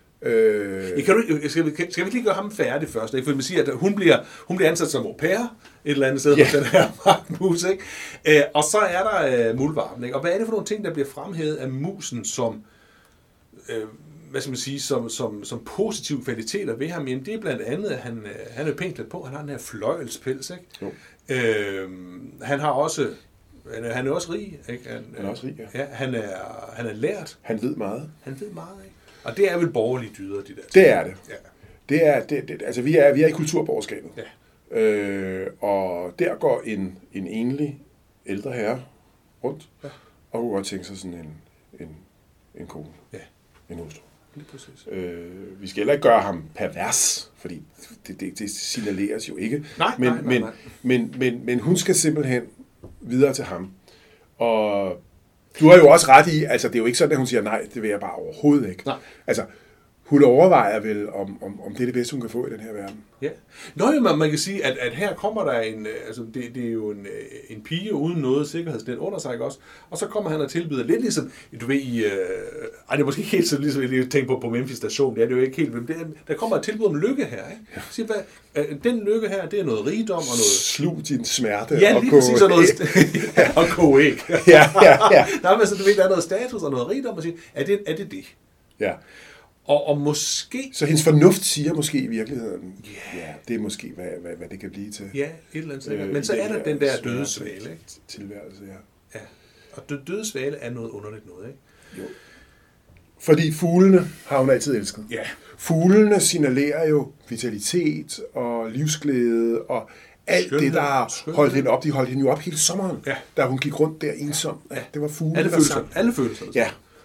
Skal vi lige gøre ham færdig først? Ikke? For man siger, at hun bliver ansat som au pair et eller andet sted hos den her markmus. Ikke? Og så er der muldvarpen. Ikke? Og hvad er det for nogle ting, der bliver fremhævet af musen som, hvad skal man sige, som positive kvaliteter ved ham? Jamen, det er blandt andet, at han er pænt lidt på. Han har den her fløjelspels. Ikke? Han har også... Han er også rig. Ikke? Han er også rig, ja. Han er lært. Han ved meget. Ikke? Og det er vel borgerlige dyder, de der. Det er det. Ja. Altså, vi er i kulturborgerskabet. Ja. Og der går en enlig ældre herre rundt, og kunne godt tænke sig sådan en kone. Ja. En hustru. Lige præcis. Vi skal heller ikke gøre ham pervers, fordi det signaleres jo ikke. Nej. Men hun skal simpelthen videre til ham. Og du har jo også ret i, altså det er jo ikke sådan, at hun siger, nej, det vil jeg bare overhovedet ikke. Nej. Altså, hun overvejer vel, om det er det bedste, hun kan få i den her verden. Ja. Nå, man kan sige, at her kommer der altså det er jo en pige uden noget sikkerhedsnet under sig, ikke også? Og så kommer han og tilbyder lidt ligesom, du ved, det er måske ikke helt så ligesom, jeg tænker på Memphis station, det er det jo ikke helt, men der kommer et tilbud om lykke her, ikke? Ja. Så siger, den lykke her, det er noget rigdom og noget... Slug din smerte og lige præcis, og noget... og koge æg. Ja. Nej, men så du ved, der er noget status og noget rigdom, og siger, er det? Ja. Og måske... Så hendes fornuft siger måske i virkeligheden, ja, det er måske, hvad det kan blive til. Ja, et eller andet sikkert. Men så er der den der døde svale, ikke? Tilværelse, ja. Og den døde svale er noget underligt noget, ikke? Jo. Fordi fuglene har hun altid elsket. Ja. Fuglene signalerer jo vitalitet og livsglæde og alt skønhed, det, der har holdt hende op. De holdt hende jo op hele sommeren, da hun gik rundt der ensom. Ja. Det var fuglene, alle følelser. Ja.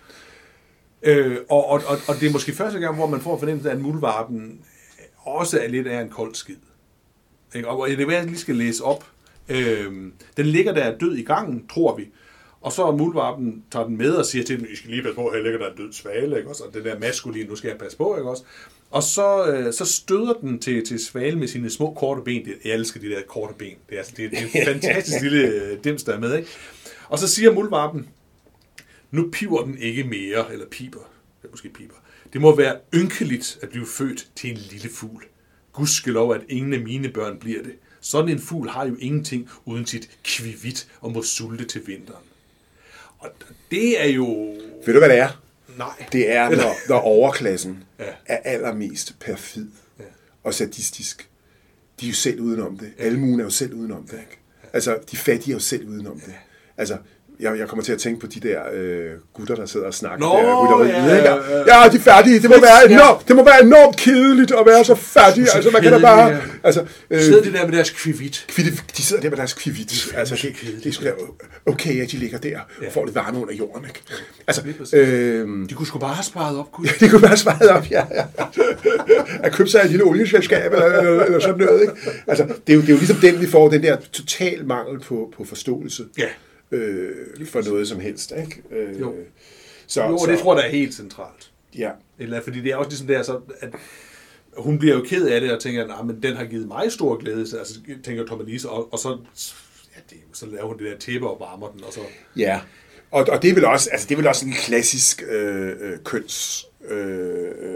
Og det er måske første gang, hvor man får fornemmelse af, at muldvarpen også er lidt af en kold skid. Og det er, jeg lige skal læse op. Den ligger der død i gangen, tror vi. Og så muldvarpen tager den med og siger til den, I skal lige passe på, her ligger der en død svale, ikke også? Og den der maskulin, nu skal jeg passe på, ikke også? Og så støder den til svale med sine små korte ben. Jeg elsker de der korte ben. Det er en fantastisk lille dims, der er med, ikke? Og så siger muldvarpen, nu piver den ikke mere, eller piber. Det måske piber. Det må være ynkeligt at blive født til en lille fugl. Gudskelov, at ingen af mine børn bliver det. Sådan en fugl har jo ingenting uden sit kvivit og må sulte til vinteren. Og det er jo... Ved du, hvad det er? Nej. Det er, når overklassen er allermest perfid og sadistisk. De er jo selv udenom det. Almuen er jo selv udenom det. Ikke? Altså, de fattige er jo selv udenom det. Altså, jeg kommer til at tænke på de der gutter, der sidder og snakker. Ja, de er færdige. Det må være enormt kedeligt at være så fattig. Altså, man kan da bare... Altså, sidder de der med deres kvivit? De sidder der med deres kvivit. Altså, det er sgu da okay, at de ligger der og får lidt varme under jorden, ikke? Altså, de kunne sgu bare have sparet op, kunne de kunne bare have sparet op, ja. At købe sig et lille olieselskab eller sådan noget, ikke? Altså, det er jo ligesom den, vi får, den der total mangel på forståelse. Ja. For noget som helst, ikke? Jo, det tror jeg, der er helt centralt. Ja. Eller, fordi det er også ligesom der, så, at hun bliver jo ked af det, og tænker, men den har givet mig stor glæde, altså tænker Tommelise, og så, så laver hun det der tæppe og varmer den, og så... Ja, og det er vel også, altså det er vel også en klassisk køns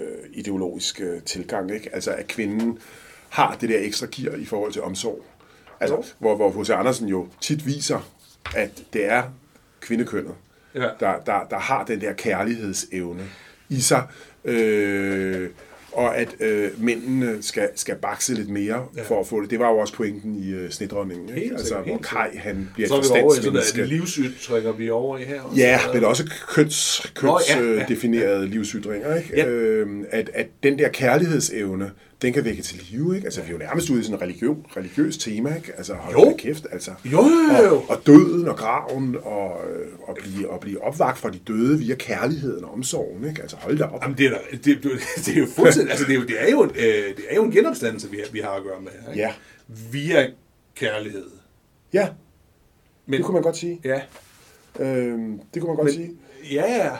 ideologisk tilgang, ikke? Altså at kvinden har det der ekstra gear i forhold til omsorg. Altså, hvor H.C. Andersen jo tit viser, at det er kvindekønnet, der har den der kærlighedsevne i sig, og at mændene skal bakse lidt mere for at få det. Det var jo også pointen i Snedronningen. Ikke? Altså, hvor Kaj, han bliver et forstandsmenneske. Så er det livsytringer, vi er over i her. Ja, men også kønsdefinerede livsytringer. Ikke? Ja. At den der kærlighedsevne, den kan vække til live, ikke? Altså, vi er jo nærmest ude i sådan en religiøs tema, ikke? Altså, hold da kæft, altså. Og døden og graven, og blive opvakt fra de døde via kærligheden og omsorgen, ikke? Altså, hold da op. Jamen, det er jo fuldstændig, altså, det er jo en genopstandelse, vi har at gøre med her, ikke? Ja. Via kærlighed. Ja, men, det kunne man godt sige. Ja. Det kunne man godt sige. Ja,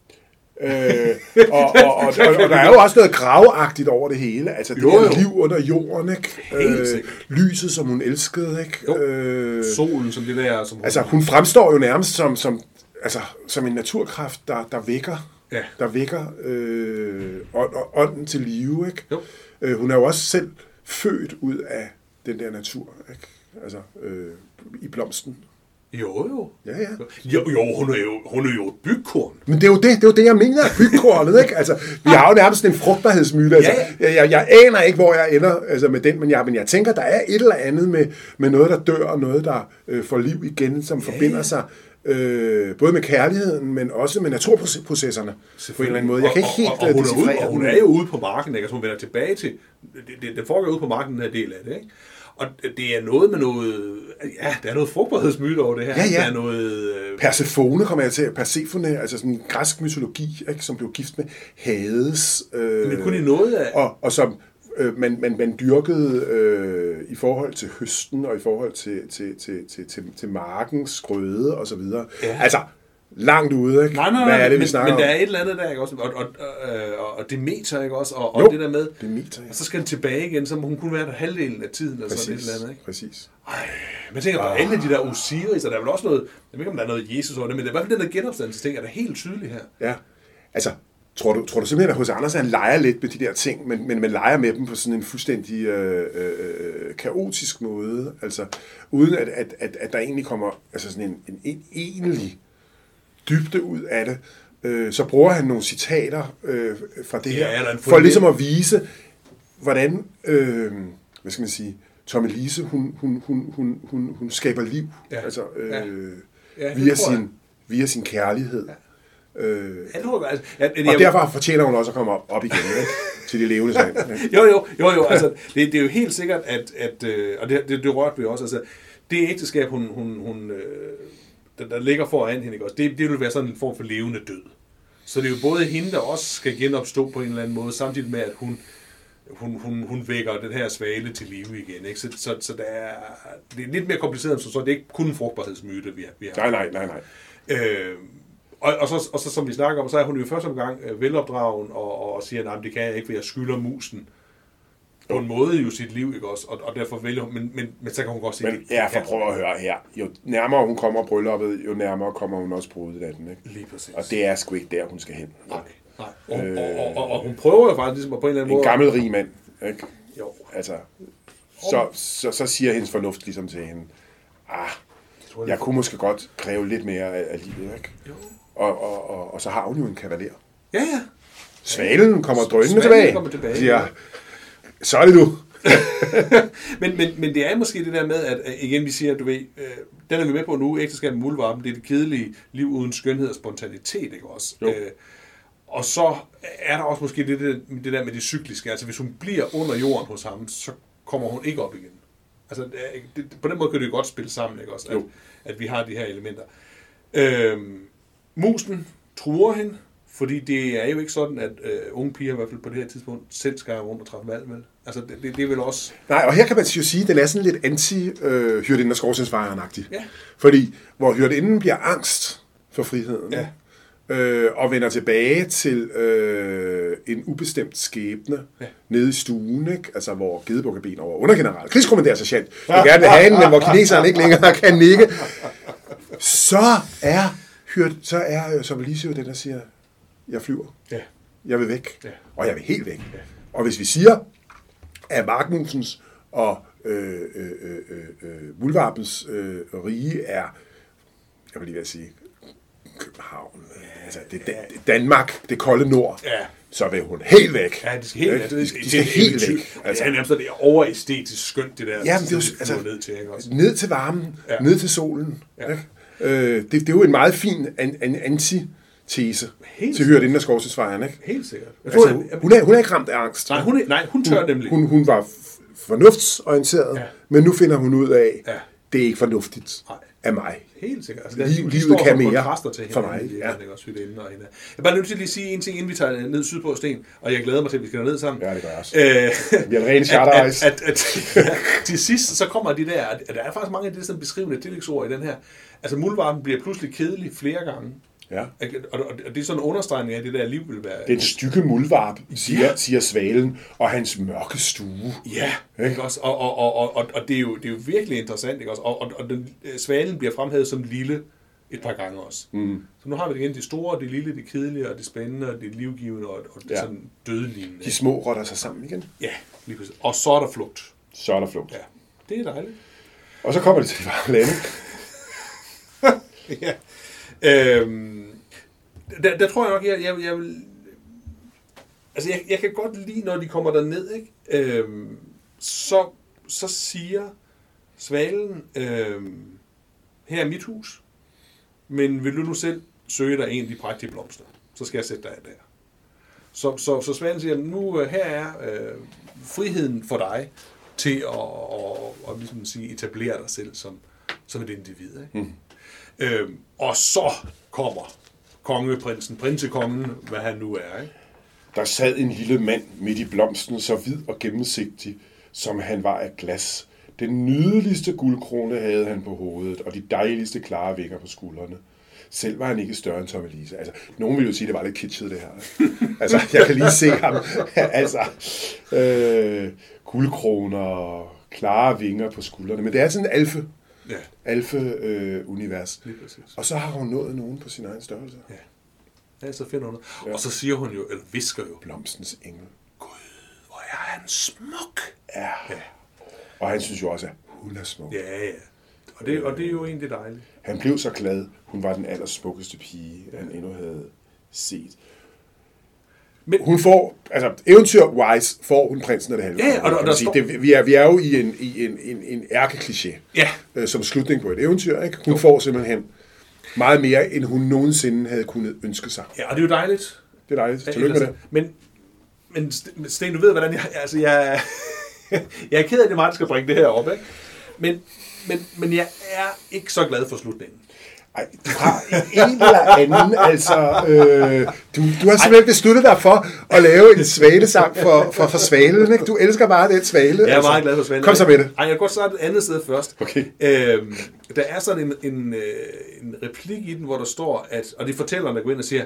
og der er jo også noget gravagtigt over det hele. Altså det er liv under jorden, ikke? Lyset, som hun elskede, ikke? Solen, som det der... Som altså hun fremstår jo nærmest som en naturkraft, der vækker ånden til live, ikke? Hun er jo også selv født ud af den der natur, ikke? Altså i blomsten. Jo. Ja. Jo, hun er jo et bygkorn. Men det er jo det, jeg mener, bygkornet, ikke? Altså, vi har jo nærmest en frugtbarhedsmyte. Altså, jeg aner ikke, hvor jeg ender altså, med den, men jeg tænker, der er et eller andet med noget, der dør, og noget, der får liv igen, som forbinder sig både med kærligheden, men også med naturprocesserne på en eller anden måde. Jeg kan ikke helt decifrere og hun er jo ude på marken, ikke? Altså, hun vender tilbage til... Det foregår ude på marken, den her del af det, ikke? Og det er noget med noget... Ja, der er noget frugtbarhedsmyte over det her. Ja. Der er noget... Persefone kommer jeg til. Persefone, altså sådan en græsk mytologi, ikke, som blev gift med Hades. Men kun i noget af... Og som man dyrkede i forhold til høsten, og i forhold til markens grøde, og så videre. Ja. Altså... Langt ude, ikke? Nej, hvad er det, vi snakker men der om? er et eller andet der, ikke også? Og Demeter, ikke også? Og det der med... Demeter, ja. Og så skal den tilbage igen, så må hun kun være der halvdelen af tiden, eller sådan et eller andet, ikke? Præcis. Man tænker på alle de der Osiris, og der er vel også noget... Jeg ved ikke, om der er noget Jesus over det, men det er i hvert fald den der genopstandelsesting, er der helt tydeligt her. Ja, altså... Tror du simpelthen, at H.C. Andersen han leger lidt med de der ting, men man leger med dem på sådan en fuldstændig kaotisk måde, altså uden at der egentlig kommer altså sådan en egentlig dybde ud af det, så bruger han nogle citater fra det her, for ligesom at vise, hvordan, hvad skal man sige, Tommy Lise, hun skaber liv, altså via sin kærlighed. Og derfor fortjener hun også at komme op igen, ikke? Til de levende sand. Jo, altså, det er jo helt sikkert, og det rørte vi også, altså, det ægteskab, der ligger foran hende, ikke også? Det vil være sådan en form for levende død. Så det er jo både hende, der også skal genopstå på en eller anden måde, samtidig med, at hun vækker den her svale til live igen, ikke? Så det er lidt mere kompliceret, så det er ikke kun en frugtbarhedsmyte, vi har. Nej. Og så som vi snakker om, så er hun jo første omgang velopdragen og siger, at det kan jeg ikke, for jeg skylder musen. På en måde jo sit liv, ikke også? Og derfor vælger hun, men så kan hun godt sige... Men ja, for prøv at høre her. Jo nærmere hun kommer brylluppet, jo nærmere kommer hun også bruddet af den, ikke? Lige præcis. Og det er sgu ikke der, hun skal hen. Nej. Og hun prøver jo faktisk ligesom på en eller anden måde... En gammel rig mand, ikke? Jo. Altså, så siger hendes fornuft ligesom til hende, jeg kunne måske godt kræve lidt mere af livet, ikke? Jo. Og så har hun jo en kavaler. Ja. Svalen kommer drønende tilbage. Siger, så er det du. men det er måske det der med, at igen vi siger, at du ved, den er vi med på nu, ægteskab med muldvarpen, det er det kedelige liv uden skønhed og spontanitet, ikke også? Og så er der også måske det der med det cykliske, altså hvis hun bliver under jorden hos ham, så kommer hun ikke op igen. Altså på den måde kan det jo godt spille sammen, ikke også? At vi har de her elementer. Musen truer hende, fordi det er jo ikke sådan, at unge piger i hvert fald på det her tidspunkt selv skal rundt og træffe valg, vel? Altså det er vel også... Nej, og her kan man jo sige, at den er sådan lidt anti-hyrdinden og skorstensfejeren-agtig. Ja. Fordi hvor hyrdinden bliver angst for friheden, og vender tilbage til en ubestemt skæbne nede i stuen, ikke? Altså hvor Gedebukkerben over undergeneral, krigskommandersergeant, vil gerne vil have hende, men hvor kineserne ikke længere kan nikke, så er Sommelice jo den, der siger, jeg flyver. Ja. Jeg vil væk. Ja. Og jeg vil helt væk. Ja. Og hvis vi siger, at Magnussens og muldvarpens rige er, jeg vil lige ved at sige, København, altså Danmark, det kolde nord, så vil hun helt væk. Ja, det skal helt væk. De skal helt væk. Altså, det er nærmest det overæstetisk skønt, det der. Ja, men det er jo, altså, ned til, ikke også? Ned til varmen, ned til solen. Ja. Det er jo en meget fin antitese til hyrdinde af Skovsøsvejren, ikke? Helt sikkert. Altså, hun er ikke ramt af angst. Nej, hun tør nemlig. Hun var fornuftsorienteret, men nu finder hun ud af, det er ikke fornuftigt af mig. Helt sikkert. Altså, livet kan mere til for mig. Ja. Jeg er bare nødt til at lige sige en ting, inden vi tager ned sydpå, Sten, og jeg glæder mig til, at vi skal ned sammen. Ja, det gør jeg også. Vi har en ren charterrejse. Til sidst, så kommer de der, at der er faktisk mange af de sådan beskrivende tillægsord i den her. Altså, muldvarpen bliver pludselig kedelig flere gange. Ja. Og det er sådan en understregning af, at det der liv vil være... Den stykke muldvarp, siger svalen, og hans mørke stue. Ja, ikke også? Og det er jo virkelig interessant, ikke også? Og svalen bliver fremhævet som lille et par gange også. Mm. Så nu har vi igen det store, det lille, det kedelige, og det spændende, og det livgivende, og det sådan dødelignende. De små rotter sig sammen igen. Ja, lige præcis. Og så er der flugt. Ja, det er dejligt. Og så kommer det til de varme lande. Ja. Der tror jeg nok, jeg vil... Altså, jeg kan godt lide, når de kommer derned, ikke? Så siger svalen, her er mit hus, men vil du nu selv søge dig en af de prægtige blomster, så skal jeg sætte dig der. Så svalen siger, nu her er friheden for dig til at ligesom sige, etablere dig selv som et individ, ikke? Og så kommer kongeprinsen, prinsekongen, hvad han nu er, ikke? Der sad en lille mand midt i blomsten, så hvid og gennemsigtig, som han var af glas. Den nydeligste guldkrone havde han på hovedet, og de dejligste klare vinger på skuldrene. Selv var han ikke større end Tommelise. Altså, nogen vil jo sige, at det var lidt kitschet, det her. Altså, jeg kan lige se ham. Altså, guldkroner og klare vinger på skuldrene. Men det er sådan en alfe-univers. Og så har hun nået nogen på sin egen størrelse. Ja, så finder hun noget. Ja. Og så siger hun jo, eller visker jo, blomstens engel. Gud, hvor er han smuk. Ja. Og han synes jo også, at hun er smuk. Ja. Og det er jo egentlig dejligt. Han blev så glad. Hun var den allersmukkeste pige, han endnu havde set. Men hun får, altså eventyr-wise, får hun prinsen af det halve. Ja, og vi er jo i en ærkekliché, som slutning på et eventyr, ikke? Hun får simpelthen meget mere, end hun nogensinde havde kunnet ønske sig. Ja, og det er jo dejligt. Det er dejligt. Tillykke med det. Men Sten, du ved, hvordan jeg er ked af, at det er mig, der skal bringe det her op, ikke? Men jeg er ikke så glad for slutningen. Ej, du har en eller anden, altså... Du har simpelthen besluttet dig for at lave en svalesang for svalen, ikke? Du elsker bare den svale. Jeg er meget glad for svalen. Kom så med det. Ej, jeg kan godt starte et andet sted først. Okay. Der er sådan en replik i den, hvor der står, at... Og det er fortælleren, der går ind og siger...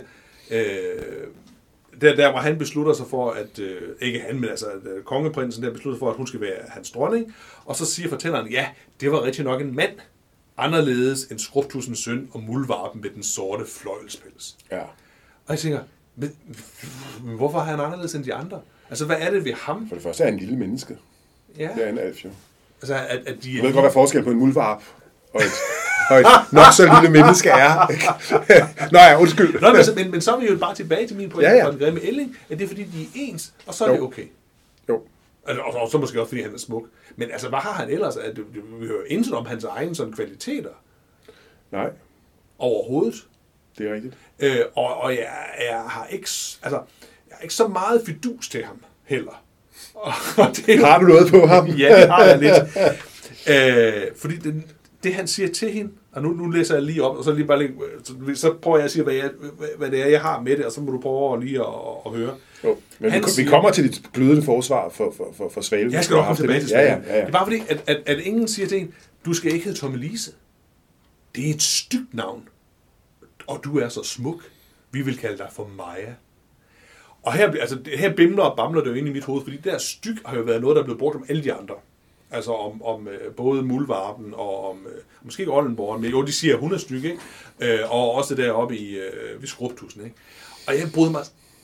Der, hvor han beslutter sig for, at... ikke han, men altså kongeprinsen, der beslutter for, at hun skal være hans dronning. Og så siger fortælleren, ja, det var rigtig nok en mand. Anderledes end Skrubtussens søn og muldvarpen med den sorte fløjlspels. Ja. Og jeg tænker, men hvorfor er han anderledes end de andre? Altså, hvad er det ved ham? For det første er han en lille menneske. Ja. Det er en alf, jo. Altså, at de... Du ved godt, hvad forskel på en muldvarp og et nok så lille menneske er. Nå ja, undskyld. Nå, men så er vi jo bare tilbage til min pointe fra den grimme ælling, at det er fordi, de er ens, og så er det okay. Jo. Og så måske også, fordi han er smuk. Men altså, hvad har han ellers? Vi hører intet om hans egen sådan kvaliteter. Nej. Overhovedet. Det er rigtigt. Og jeg har ikke så meget fidus til ham heller. Og har du noget på ham? Ja, det har jeg lidt. Fordi det han siger til hende, og nu læser jeg lige op, og så prøver jeg at sige, hvad det er, jeg har med det, og så må du prøve lige at høre. Jo, men vi kommer til dit glødende forsvar for svalen. Jeg skal nok komme tilbage til svalen. Ja. Det er bare fordi, at ingen siger til en, du skal ikke hedde Tommelise. Det er et stygt navn, og du er så smuk. Vi vil kalde dig for Maja. Og her bimler og bamler det jo ind i mit hoved, fordi det der styg har jo været noget, der er blevet brugt om alle de andre. Altså om både muldvarpen og om, måske ikke Oldenborg, men jo, de siger, at hun er styg, ikke? Og også deroppe ved Skrubtussen, ikke? Og jeg brød mig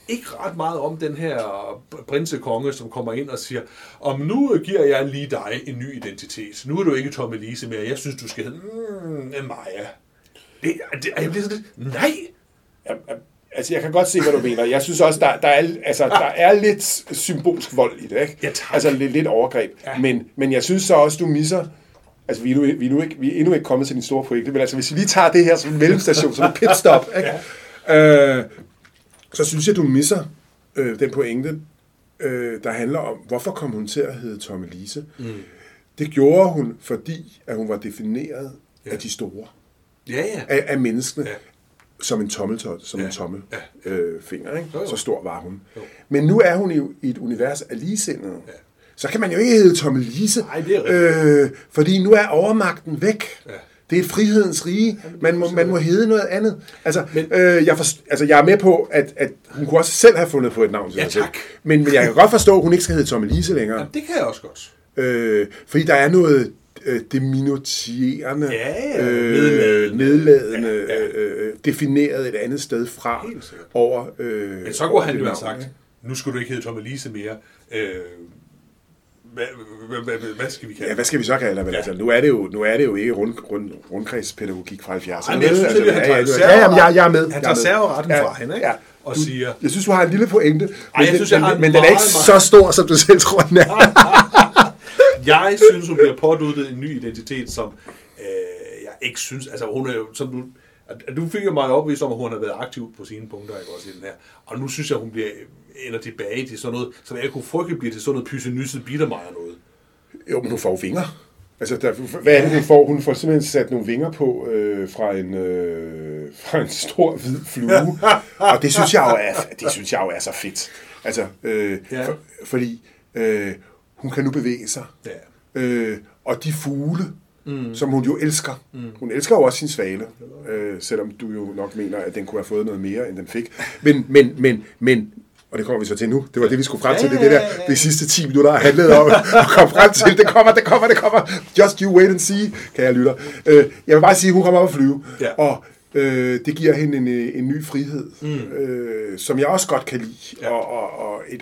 ikke ret meget om den her prinsekonge, som kommer ind og siger, om nu giver jeg lige dig en ny identitet. Nu er du ikke Tommy Lise mere. Jeg synes, du skal hedde Maja. Jeg bliver sådan lidt, nej! Altså, jeg kan godt se, hvad du mener. Jeg synes også, der er lidt symbolsk vold i det, ikke? Ja, tak. Altså, lidt overgreb. Ja. Men jeg synes så også, du misser... Altså, vi er endnu ikke kommet til din store pointe, men altså, hvis vi lige tager det her som en mellemstation, som en pitstop, ikke? Ja. Så synes jeg, du misser den pointe, der handler om, hvorfor kom hun til at hedde Tommy Lise? Det gjorde hun, fordi at hun var defineret af de store. Af menneskene. Ja. Som en tommeltot, som en tommelfinger, ikke? Så stor var hun. Jo. Men nu er hun jo i et univers af ligesindede. Ja. Så kan man jo ikke hedde Tommy Lise, fordi nu er overmagten væk. Ja. Det er frihedens rige. Man må hedde noget andet. Altså, jeg er med på, at hun kunne også selv have fundet på et navn til sig selv. Men jeg kan godt forstå, at hun ikke skal hedde Tommy Lise længere. Jamen, det kan jeg også godt. Fordi der er noget diminutierende, nedladende, defineret et andet sted fra over... Men så kunne han jo have sagt, nu skulle du ikke hedde Tommy Lise mere. Hvad skal vi kalde? Ja, hvad skal vi så kalde det? Ja. Altså, nu er det jo ikke rundkredspædagogik fra 70'erne. Jeg synes, jeg er med. Han tager serveretten fra hende, ikke? Ja. Og siger... Jeg synes, du har en lille pointe, men den er ikke så stor, som du selv tror, den er. Jeg synes, hun bliver påduttet en ny identitet, som jeg ikke synes... Altså, hun er jo... Som du fik jo meget opvist om, at hun har været aktiv på sine punkter, ikke også i den her. Og nu synes jeg, hun ender tilbage til sådan noget, som jeg kunne frygte bliver til sådan noget pysenysset bittermejer noget. Jo, men hun får vinger. Altså, hvad er det, hun får? Hun får simpelthen sat nogle vinger på fra en stor hvid flue. Og det synes jeg jo er så fedt. Altså, fordi hun kan nu bevæge sig. Ja. Og de fugle, som hun jo elsker. Hun elsker jo også sin svale, selvom du jo nok mener, at den kunne have fået noget mere, end den fik. Men og det kommer vi så til nu. Det var det, vi skulle frem til. Det de sidste 10 minutter har handlet om at komme frem til. Det kommer. Just you wait and see, kære lytter. Jeg vil bare sige, at hun kommer op at flyve. Ja. Og det giver hende en ny frihed, som jeg også godt kan lide. Ja. Og en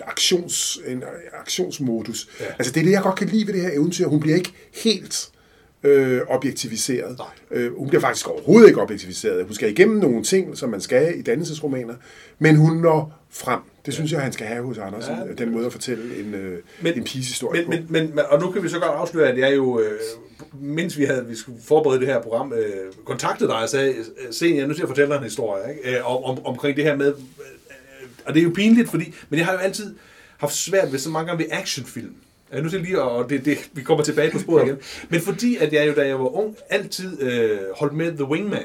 aktionsmodus. Ja. Altså, det er det, jeg godt kan lide ved det her eventyr. Hun bliver ikke helt objektiviseret. Hun bliver faktisk overhovedet ikke objektiviseret. Hun skal igennem nogle ting, som man skal i dannelsesromaner, men hun når frem. Det synes jeg, han skal have hos Andersen, den måde at fortælle en piges historie på. Men, og nu kan vi så godt afsløre, at jeg jo, mens vi skulle forberede det her program, kontaktede dig og sagde, se, jeg er nødt til at fortælle dig en historie, ikke? Omkring det her med, og det er jo pinligt, men jeg har jo altid haft svært ved så mange gange ved actionfilm. Jeg er nødt til lige, og vi kommer tilbage på sporet igen. Men fordi, at jeg jo, da jeg var ung, altid holdt med The Wingman.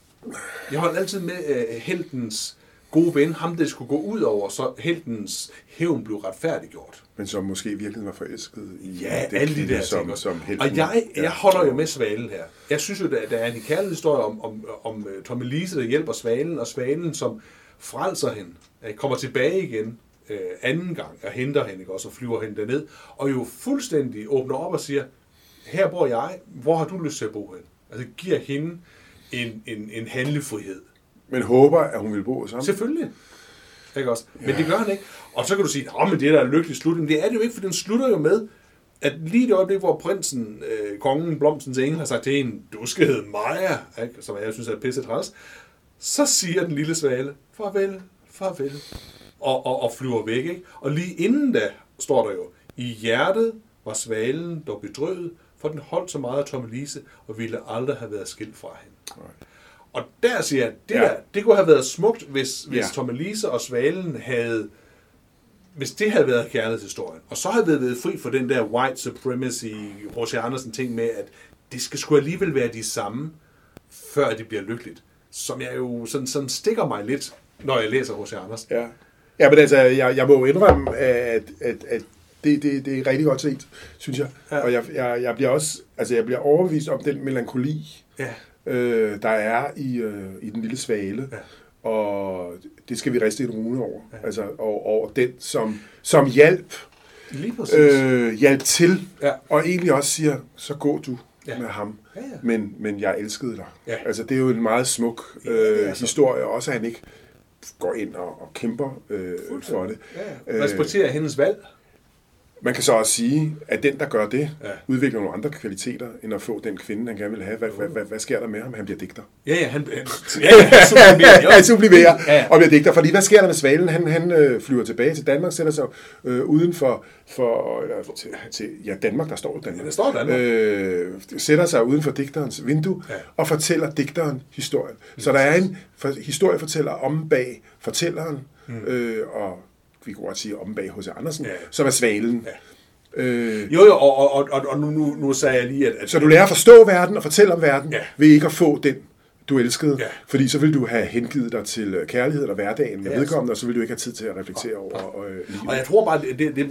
Jeg holdt altid med heltens gode ven, ham der skulle gå ud over, så heltens hævn blev retfærdiggjort. Men som måske virkelig var forelsket i alle de der ting. Som helten. Og jeg holder jo med Svalen her. Jeg synes jo, der er en kærlighedshistorie om Tommy Lise, der hjælper Svalen, og Svalen, som frelser hende, kommer tilbage igen anden gang, og henter hende, ikke, også, og flyver hende derned, og jo fuldstændig åbner op og siger, her bor jeg, hvor har du lyst til at bo hen? Altså giver hende en handlefrihed. Men håber, at hun vil bo sammen? Selvfølgelig. Ikke også? Men det gør han ikke. Og så kan du sige, men det er da en lykkelig slutning. Det er det jo ikke, for den slutter jo med, at lige det øjeblik, hvor prinsen, kongen, Blomstens engel, har sagt til hende, du skal hedde Maja, ikke? Som jeg synes er pisse træls, så siger den lille svale, farvel, farvel, og flyver væk. Ikke? Og lige inden da, står der jo, i hjertet var svalen dog bedrøvet, for den holdt så meget af Tommy Lise, og ville aldrig have været skilt fra hende. Nej. Og der siger jeg, det kunne have været smukt, hvis Tommy Lise og svalen havde, hvis det havde været kærlighedshistorien, og så havde det været fri for den der white supremacy, H.C. Andersen ting med, at det skal sgu alligevel være de samme, før det bliver lykkeligt. Som jeg jo sådan stikker mig lidt, når jeg læser H.C. Andersen. Ja, men altså, jeg må indrømme, at det er rigtig godt set, synes jeg. Ja. Og jeg bliver også, altså jeg bliver overbevist om den melankoli, der er i den lille svale. Ja. Og det skal vi riste et rune over. Ja. Altså over den, som hjalp til, og egentlig også siger, så gå du med ham. Ja, ja. Men jeg elskede dig. Ja. Altså det er jo en meget smuk historie, også at han ikke går ind og kæmper for det. Ja. Respekterer hendes valg. Man kan så også sige, at den, der gør det, udvikler nogle andre kvaliteter, end at få den kvinde, han gerne vil have. Hvad sker der med ham? Han bliver digter. Han sublimerer og bliver digter. Fordi hvad sker der med Svalen? Han flyver tilbage til Danmark, sætter sig uden for Danmark, der står Danmark. Ja, der står Danmark. Sætter sig uden for digterens vindue og fortæller digteren historien. Så der er en historiefortæller om bag fortælleren, og vi kunne godt sige om bag H.C. Andersen, som er Svalen. Ja. Og nu sagde jeg lige, at... Så du lærer at forstå verden og fortælle om verden, ved ikke at få den, du elskede. Ja. Fordi så vil du have hengivet dig til kærlighed og hverdagen med vedkommende, og så vil du ikke have tid til at reflektere over livet. Og jeg tror bare,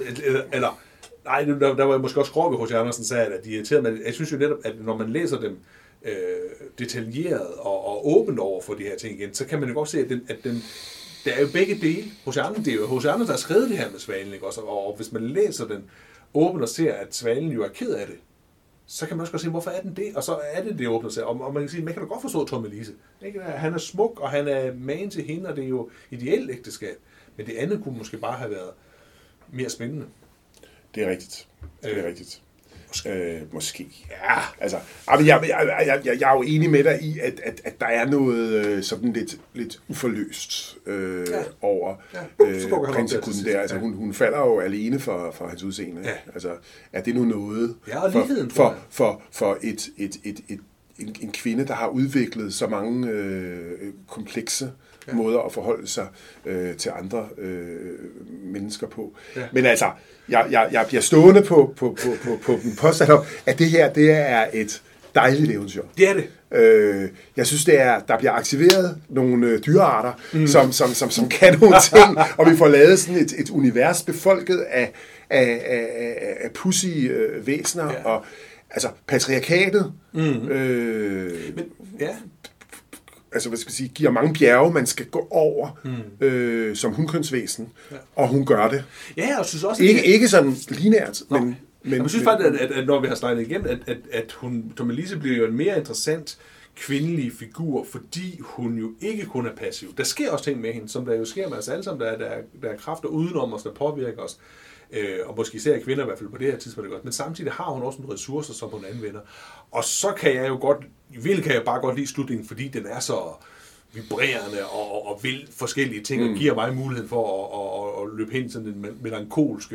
der var jeg måske også grov ved H.C. Andersen sagde, at de irriterede mig. Jeg synes jo netop, at når man læser dem detaljeret og åbent over for de her ting igen, så kan man jo godt se, at den der er jo begge dele. H.C. Andersen, det er jo H.C. Andersen, der har skrevet det her med Svalen, ikke også? Og hvis man læser den åbent og ser, at Svalen jo er ked af det, så kan man også godt se, hvorfor er den det? Og så er det åbent og ser. Og man kan sige, man kan da godt forstå Tommelise. Han er smuk, og han er magen til hende, og det er jo ideelt ægteskab. Men det andet kunne måske bare have været mere spændende. Det er rigtigt. Det er rigtigt. Måske. Ja, altså, jeg er jo enig med dig i, at der er noget sådan lidt uforløst over prinsekunden der. Altså, hun falder jo alene for hans udseende. Ja. Altså, er det nu noget for en kvinde, der har udviklet så mange komplekse måder at forholde sig til andre mennesker på. Ja. Men altså, jeg bliver stående på den påstand om, at det her, det er et dejligt eventyr. Det er det. Jeg synes, der bliver aktiveret nogle dyrearter, som kan nogle ting, og vi får lavet sådan et univers befolket af pudsige væsener, og altså patriarkatet, altså, hvad skal jeg sige, giver mange bjerge, man skal gå over som hunkønsvæsen, og hun gør det. Ja, og synes også... Ikke sådan lineært, men jeg synes faktisk, at når vi har snakket igennem, at Tommelise bliver jo en mere interessant kvindelig figur, fordi hun jo ikke kun er passiv. Der sker også ting med hende, som der jo sker med os alle sammen, der er kræfter udenom os, der påvirker os. Og måske især kvinder i hvert fald på det her tidspunkt, men samtidig har hun også nogle ressourcer, som hun anvender. Og så kan jeg jo godt, kan jeg bare godt lide slutningen, fordi den er så vibrerende og vil forskellige ting, og giver mig muligheden for at løbe hen sådan en melankolsk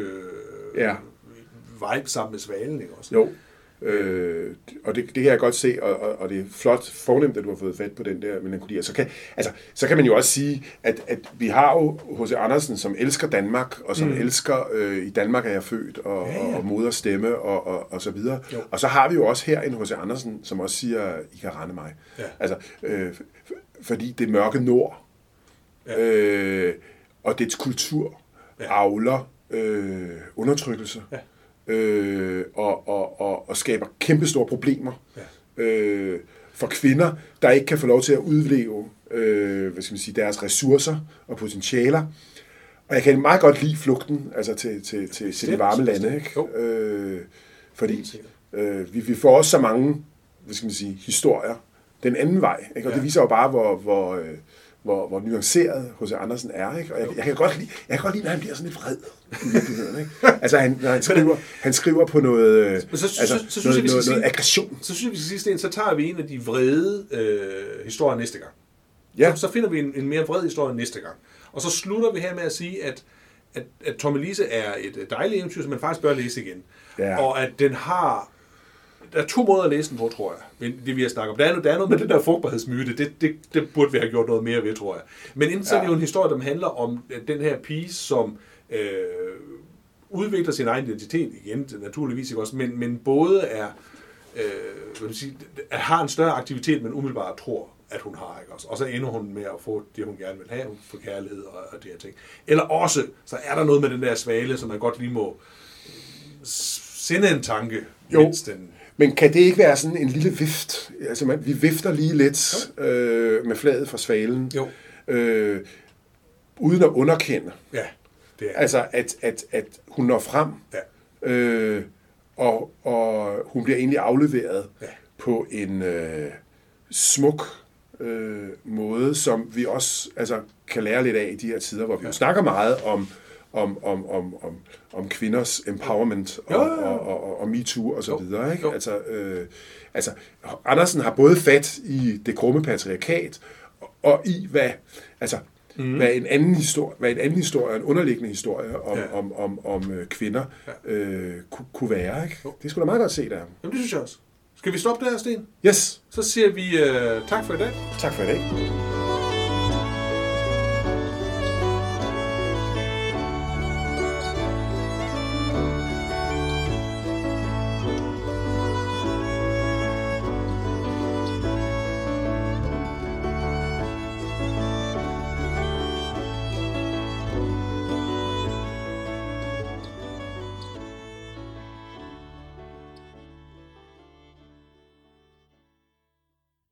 vibe sammen med Svalen, ikke også? Jo. Og det kan jeg godt se, og det er flot fornemt, at du har fået fat på den der melankoli. Og så kan man jo også sige, at vi har jo H.C. Andersen, som elsker Danmark, og som elsker, i Danmark er jeg født, og moders stemme, og så videre. Jo. Og så har vi jo også her en H.C. Andersen, som også siger, I kan rende mig. Ja. Altså, fordi det mørke nord, og dets kultur avler undertrykkelse. Ja. Og skaber kæmpestore problemer for kvinder, der ikke kan få lov til at udleve deres ressourcer og potentialer. Og jeg kan meget godt lide flugten altså til de varme lande, ikke? Fordi vi får også så mange historier den anden vej, ikke? Og det viser jo bare, hvor nuanceret H.C. Andersen er, ikke? Og jeg kan godt lide, når han bliver sådan lidt vred i virkeligheden, ikke? Altså, når han skriver på noget, noget aggression. Så synes vi til sidst, så tager vi en af de vrede historier næste gang. Ja. Så finder vi en mere vred historie næste gang. Og så slutter vi her med at sige, at Tommelise er et dejligt eventyr, som man faktisk bør læse igen. Ja. Og at den har... Der er 2 måder at læse den på, tror jeg, det vi har snakket om. Der er noget med den der frugtbarhedsmyte, det burde vi have gjort noget mere ved, tror jeg. Men inden så er det jo en historie, der handler om den her pige, som udvikler sin egen identitet, igen, naturligvis ikke også, men både har en større aktivitet, men umiddelbart tror, at hun har, ikke også. Og så ender hun med at få det, hun gerne vil have, hun får kærlighed og det her ting. Eller også, så er der noget med den der svale, som man godt lige må sende en tanke, mens den... Men kan det ikke være sådan en lille vift? Altså, vi vifter lige lidt med flaget fra svalen, uden at underkende. Ja, det er. Altså, at hun når frem, og hun bliver egentlig afleveret på en smuk måde, som vi også kan lære lidt af i de her tider, hvor vi jo snakker meget om kvinders empowerment og MeToo og så videre. Ikke? Andersen har både fat i det grumme patriarkat og i hvad en anden historie, en underliggende historie om kvinder kunne være. Ikke? Det er sgu da meget godt set af ham. Jamen, det synes jeg også. Skal vi stoppe der, Sten? Yes. Så siger vi tak for i dag. Tak for i dag.